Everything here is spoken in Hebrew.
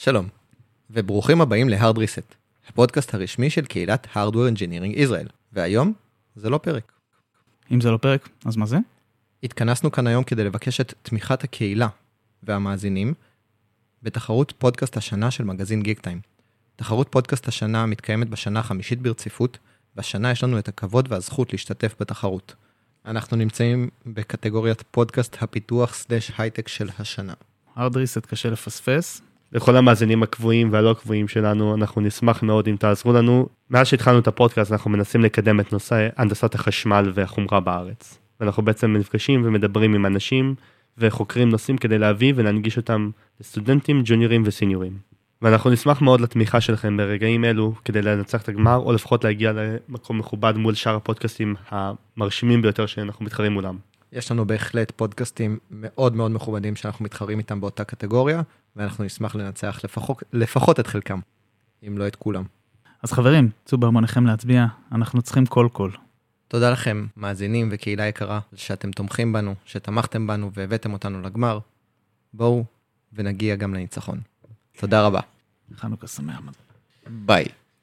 שלום, וברוכים הבאים ל-Hard Reset, הפודקאסט הרשמי של קהילת Hardware Engineering Israel, והיום זה לא פרק. אם זה לא פרק, אז מה זה? התכנסנו כאן היום כדי לבקש את תמיכת הקהילה והמאזינים בתחרות פודקאסט השנה של מגזין גיק טיים. תחרות פודקאסט השנה מתקיימת בשנה החמישית ברציפות, והשנה יש לנו את הכבוד והזכות להשתתף בתחרות. אנחנו נמצאים בקטגוריית פודקאסט הפיתוח/הייטק של השנה. Hard Reset קשה לפספס. לכל המאזינים הקבועים והלא קבועים שלנו, אנחנו נשמח מאוד אם תעזרו לנו. מאז שהתחלנו את הפודקאסט, אנחנו מנסים לקדם את נושא הנדסת החשמל והחומרה בארץ. ואנחנו בעצם נפגשים ומדברים עם אנשים וחוקרים נושאים כדי להביא ולהנגיש אותם לסטודנטים, ג'וניורים וסיניורים. ואנחנו נשמח מאוד לתמיכה שלכם ברגעים אלו כדי לנצח את הגמר, או לפחות להגיע למקום מכובד מול שאר הפודקאסטים המרשימים ביותר שאנחנו מתחרים מולם. יש לנו בהחלט פודקאסטים מאוד מאוד מכובדים שאנחנו מתחרים איתם באותה קטגוריה, ואנחנו נשמח לנצח לפחות את חלקם, אם לא את כולם. אז חברים, צאו בהמוניכם להצביע, אנחנו צריכים קול. תודה לכם, מאזינים וקהילה יקרה, שאתם תומכים בנו, שתמכתם בנו והבאתם אותנו לגמר. בואו ונגיע גם לניצחון. תודה רבה. חנוכה שמח. ביי.